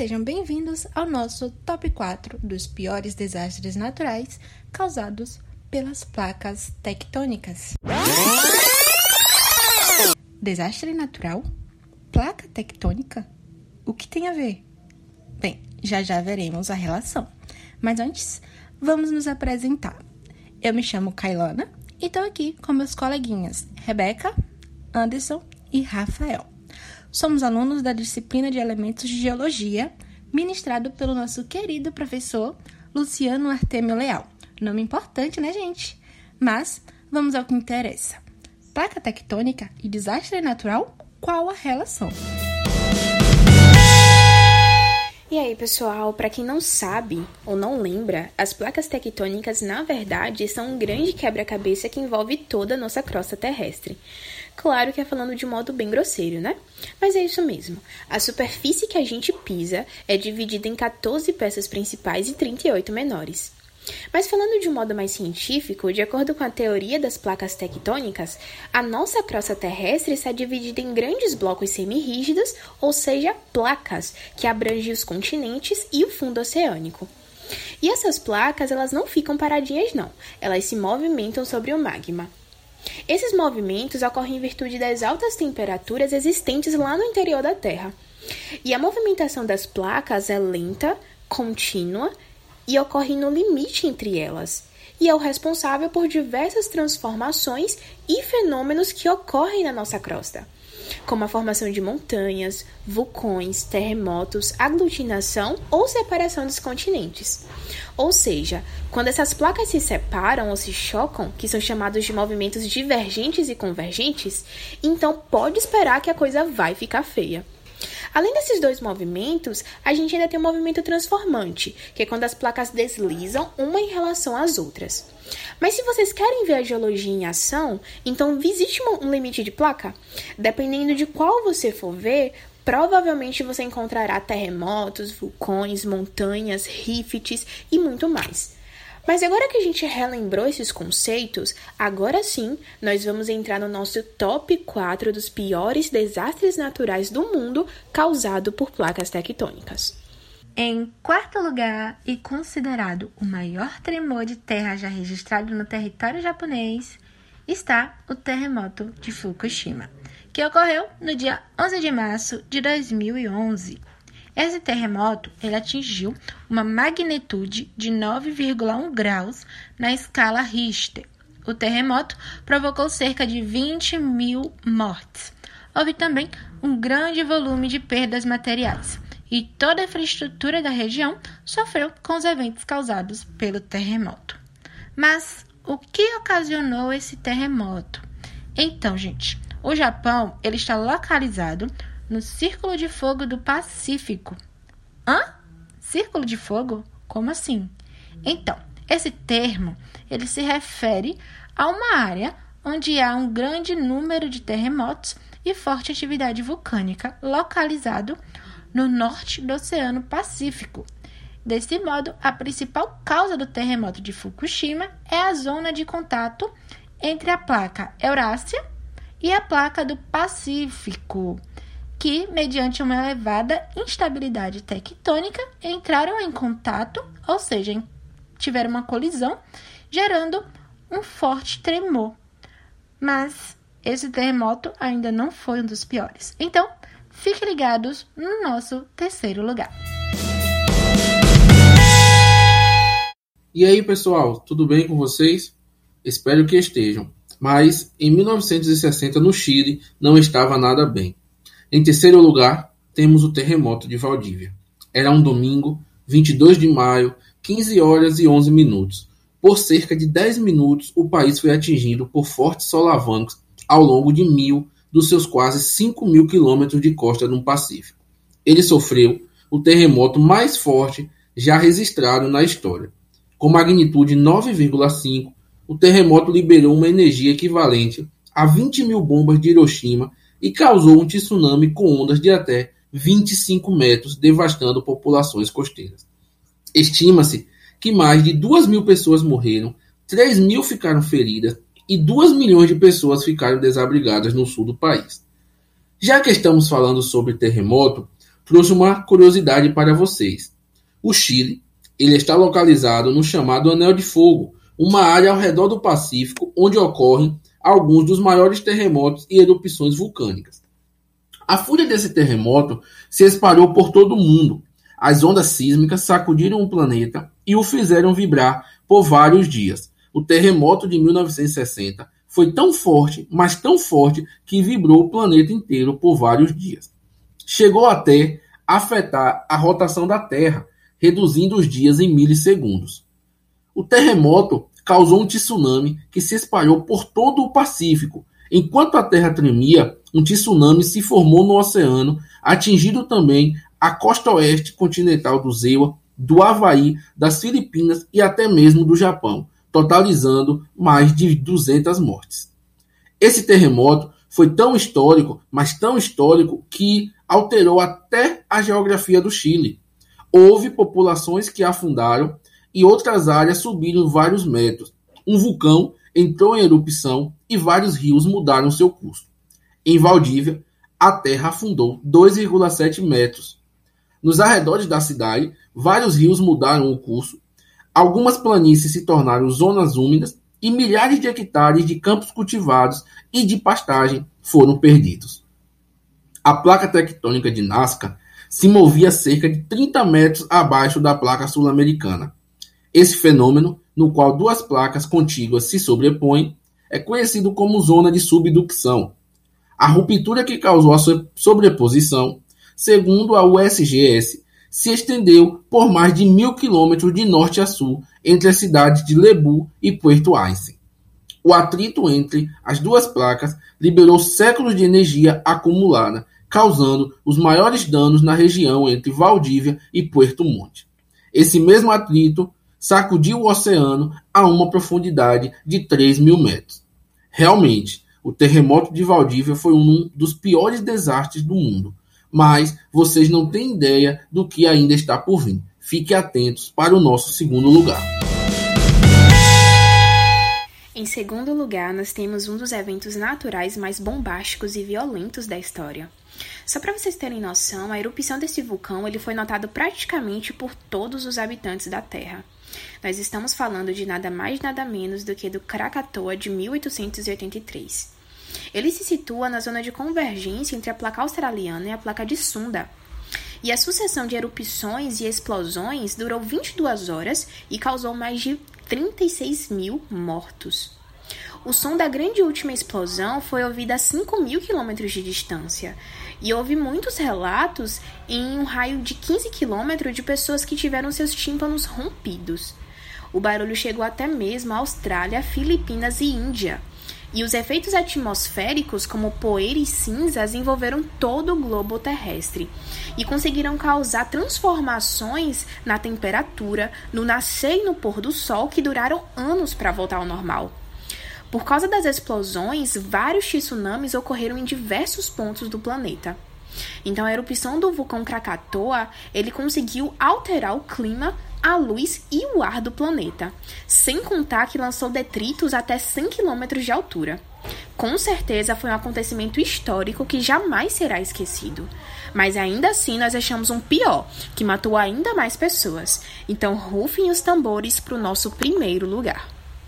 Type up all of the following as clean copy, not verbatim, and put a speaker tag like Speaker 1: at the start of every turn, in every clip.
Speaker 1: sejam bem-vindos ao nosso Top 4 dos piores desastres naturais causados pelas placas tectônicas. Desastre natural? Placa tectônica? O que tem a ver? Bem, já veremos a relação. Mas antes, vamos nos apresentar. Eu me chamo Kailana e estou aqui com meus coleguinhas Rebeca, Anderson e Rafael. Somos alunos da disciplina de Elementos de Geologia, ministrado pelo nosso querido professor Luciano Artemio Leal. Nome importante, né, gente? Mas vamos ao que interessa. Placa tectônica e desastre natural? Qual a relação?
Speaker 2: E aí, pessoal, para quem não sabe ou não lembra, as placas tectônicas, na verdade, são um grande quebra-cabeça que envolve toda a nossa crosta terrestre. Claro que é falando de modo bem grosseiro, né? Mas é isso mesmo. A superfície que a gente pisa é dividida em 14 peças principais e 38 menores. Mas falando de um modo mais científico, de acordo com a teoria das placas tectônicas, a nossa crosta terrestre está dividida em grandes blocos semirrígidos, ou seja, placas, que abrangem os continentes e o fundo oceânico. E essas placas, elas não ficam paradinhas não, elas se movimentam sobre o magma. Esses movimentos ocorrem em virtude das altas temperaturas existentes lá no interior da Terra. E a movimentação das placas é lenta, contínua e ocorre no limite entre elas, e é o responsável por diversas transformações e fenômenos que ocorrem na nossa crosta, como a formação de montanhas, vulcões, terremotos, aglutinação ou separação dos continentes. Ou seja, quando essas placas se separam ou se chocam, que são chamados de movimentos divergentes e convergentes, então pode esperar que a coisa vai ficar feia. Além desses dois movimentos, a gente ainda tem o movimento transformante, que é quando as placas deslizam uma em relação às outras. Mas se vocês querem ver a geologia em ação, então visite um limite de placa. Dependendo de qual você for ver, provavelmente você encontrará terremotos, vulcões, montanhas, rifts e muito mais. Mas agora que a gente relembrou esses conceitos, agora sim, nós vamos entrar no nosso top 4 dos piores desastres naturais do mundo causado por placas tectônicas.
Speaker 1: Em quarto lugar, e considerado o maior tremor de terra já registrado no território japonês, está o terremoto de Fukushima, que ocorreu no dia 11 de março de 2011. Esse terremoto ele atingiu uma magnitude de 9,1 graus na escala Richter. O terremoto provocou cerca de 20 mil mortes. Houve também um grande volume de perdas materiais e toda a infraestrutura da região sofreu com os eventos causados pelo terremoto. Mas o que ocasionou esse terremoto? Então, gente, o Japão ele está localizado no Círculo de Fogo do Pacífico. Hã? Círculo de Fogo? Como assim? Então, esse termo ele se refere a uma área onde há um grande número de terremotos e forte atividade vulcânica localizado no norte do Oceano Pacífico. Desse modo, a principal causa do terremoto de Fukushima é a zona de contato entre a placa Eurásia e a placa do Pacífico, que, mediante uma elevada instabilidade tectônica, entraram em contato, ou seja, tiveram uma colisão, gerando um forte tremor. Mas esse terremoto ainda não foi um dos piores. Então, fiquem ligados no nosso terceiro lugar.
Speaker 3: E aí, pessoal, tudo bem com vocês? Espero que estejam. Mas, em 1960, no Chile, não estava nada bem. Em terceiro lugar, temos o terremoto de Valdívia. Era um domingo, 22 de maio, 15 horas e 11 minutos. Por cerca de 10 minutos, o país foi atingido por fortes solavancos ao longo de 1.000 dos seus quase 5.000 quilômetros de costa no Pacífico. Ele sofreu o terremoto mais forte já registrado na história. Com magnitude 9,5, o terremoto liberou uma energia equivalente a 20 mil bombas de Hiroshima e causou um tsunami com ondas de até 25 metros, devastando populações costeiras. Estima-se que mais de 2.000 pessoas morreram, 3.000 ficaram feridas e 2 milhões de pessoas ficaram desabrigadas no sul do país. Já que estamos falando sobre terremoto, trouxe uma curiosidade para vocês. O Chile, ele está localizado no chamado Anel de Fogo, uma área ao redor do Pacífico onde ocorrem alguns dos maiores terremotos e erupções vulcânicas. A fúria desse terremoto se espalhou por todo o mundo. As ondas sísmicas sacudiram o planeta e o fizeram vibrar por vários dias. O terremoto de 1960 foi tão forte, mas tão forte, que vibrou o planeta inteiro por vários dias. Chegou até a afetar a rotação da Terra, reduzindo os dias em milissegundos. O terremoto causou um tsunami que se espalhou por todo o Pacífico. Enquanto a Terra tremia, um tsunami se formou no oceano, atingindo também a costa oeste continental do Zewa, do Havaí, das Filipinas e até mesmo do Japão, totalizando mais de 200 mortes. Esse terremoto foi tão histórico, mas tão histórico, que alterou até a geografia do Chile. Houve populações que afundaram e outras áreas subiram vários metros. Um vulcão entrou em erupção e vários rios mudaram seu curso. Em Valdívia, a terra afundou 2,7 metros. Nos arredores da cidade, vários rios mudaram o curso, algumas planícies se tornaram zonas úmidas e milhares de hectares de campos cultivados e de pastagem foram perdidos. A placa tectônica de Nazca se movia cerca de 30 metros abaixo da placa sul-americana. Esse fenômeno, no qual duas placas contíguas se sobrepõem, é conhecido como zona de subducção. A ruptura que causou a sobreposição, segundo a USGS, se estendeu por mais de 1.000 quilômetros de norte a sul entre as cidades de Lebu e Puerto Aysen. O atrito entre as duas placas liberou séculos de energia acumulada, causando os maiores danos na região entre Valdívia e Puerto Montt. Esse mesmo atrito sacudiu o oceano a uma profundidade de 3.000 metros. Realmente, o terremoto de Valdívia foi um dos piores desastres do mundo, mas vocês não têm ideia do que ainda está por vir. Fiquem atentos para o nosso segundo lugar.
Speaker 2: Em segundo lugar, nós temos um dos eventos naturais mais bombásticos e violentos da história. Só para vocês terem noção, a erupção desse vulcão ele foi notado praticamente por todos os habitantes da Terra. Nós estamos falando de nada mais nada menos do que do Krakatoa de 1883. Ele se situa na zona de convergência entre a placa australiana e a placa de Sunda. E a sucessão de erupções e explosões durou 22 horas e causou mais de 36 mil mortos. O som da grande última explosão foi ouvido a 5.000 quilômetros de distância. E houve muitos relatos em um raio de 15 quilômetros de pessoas que tiveram seus tímpanos rompidos. O barulho chegou até mesmo à Austrália, Filipinas e Índia. E os efeitos atmosféricos, como poeira e cinzas, envolveram todo o globo terrestre e conseguiram causar transformações na temperatura, no nascer e no pôr do sol que duraram anos para voltar ao normal. Por causa das explosões, vários tsunamis ocorreram em diversos pontos do planeta. Então, a erupção do vulcão Krakatoa, ele conseguiu alterar o clima, a luz e o ar do planeta, sem contar que lançou detritos até 100 km de altura. Com certeza foi um acontecimento histórico que jamais será esquecido. Mas ainda assim nós achamos um pior, que matou ainda mais pessoas. Então rufem os tambores para o nosso primeiro lugar.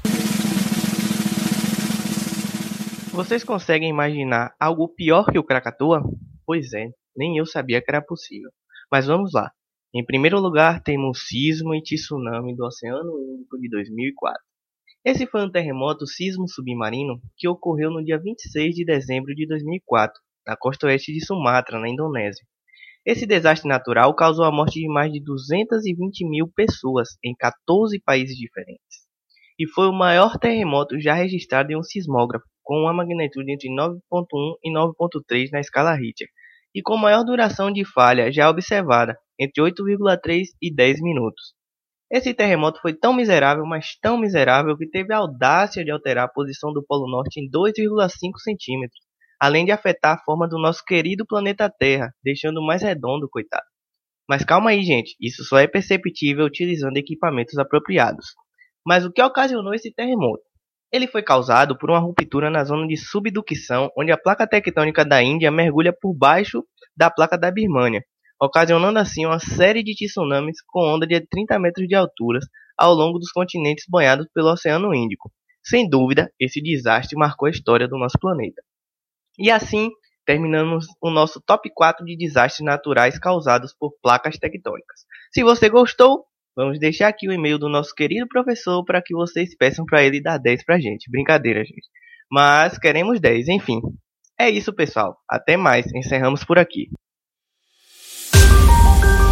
Speaker 4: Vocês conseguem imaginar algo pior que o Krakatoa? Pois é, nem eu sabia que era possível. Mas vamos lá. Em primeiro lugar, temos sismo e tsunami do Oceano Índico de 2004. Esse foi um terremoto sismo submarino que ocorreu no dia 26 de dezembro de 2004, na costa oeste de Sumatra, na Indonésia. Esse desastre natural causou a morte de mais de 220 mil pessoas em 14 países diferentes. E foi o maior terremoto já registrado em um sismógrafo, com uma magnitude entre 9.1 e 9.3 na escala Richter, e com maior duração de falha já observada, entre 8,3 e 10 minutos. Esse terremoto foi tão miserável, mas tão miserável, que teve a audácia de alterar a posição do Polo Norte em 2,5 centímetros, além de afetar a forma do nosso querido planeta Terra, deixando mais redondo, coitado. Mas calma aí, gente, isso só é perceptível utilizando equipamentos apropriados. Mas o que ocasionou esse terremoto? Ele foi causado por uma ruptura na zona de subducção, onde a placa tectônica da Índia mergulha por baixo da placa da Birmânia, ocasionando assim uma série de tsunamis com onda de 30 metros de altura ao longo dos continentes banhados pelo Oceano Índico. Sem dúvida, esse desastre marcou a história do nosso planeta. E assim, terminamos o nosso top 4 de desastres naturais causados por placas tectônicas. Se você gostou, vamos deixar aqui o e-mail do nosso querido professor para que vocês peçam para ele dar 10 pra gente. Brincadeira, gente. Mas queremos 10, enfim. É isso, pessoal. Até mais. Encerramos por aqui.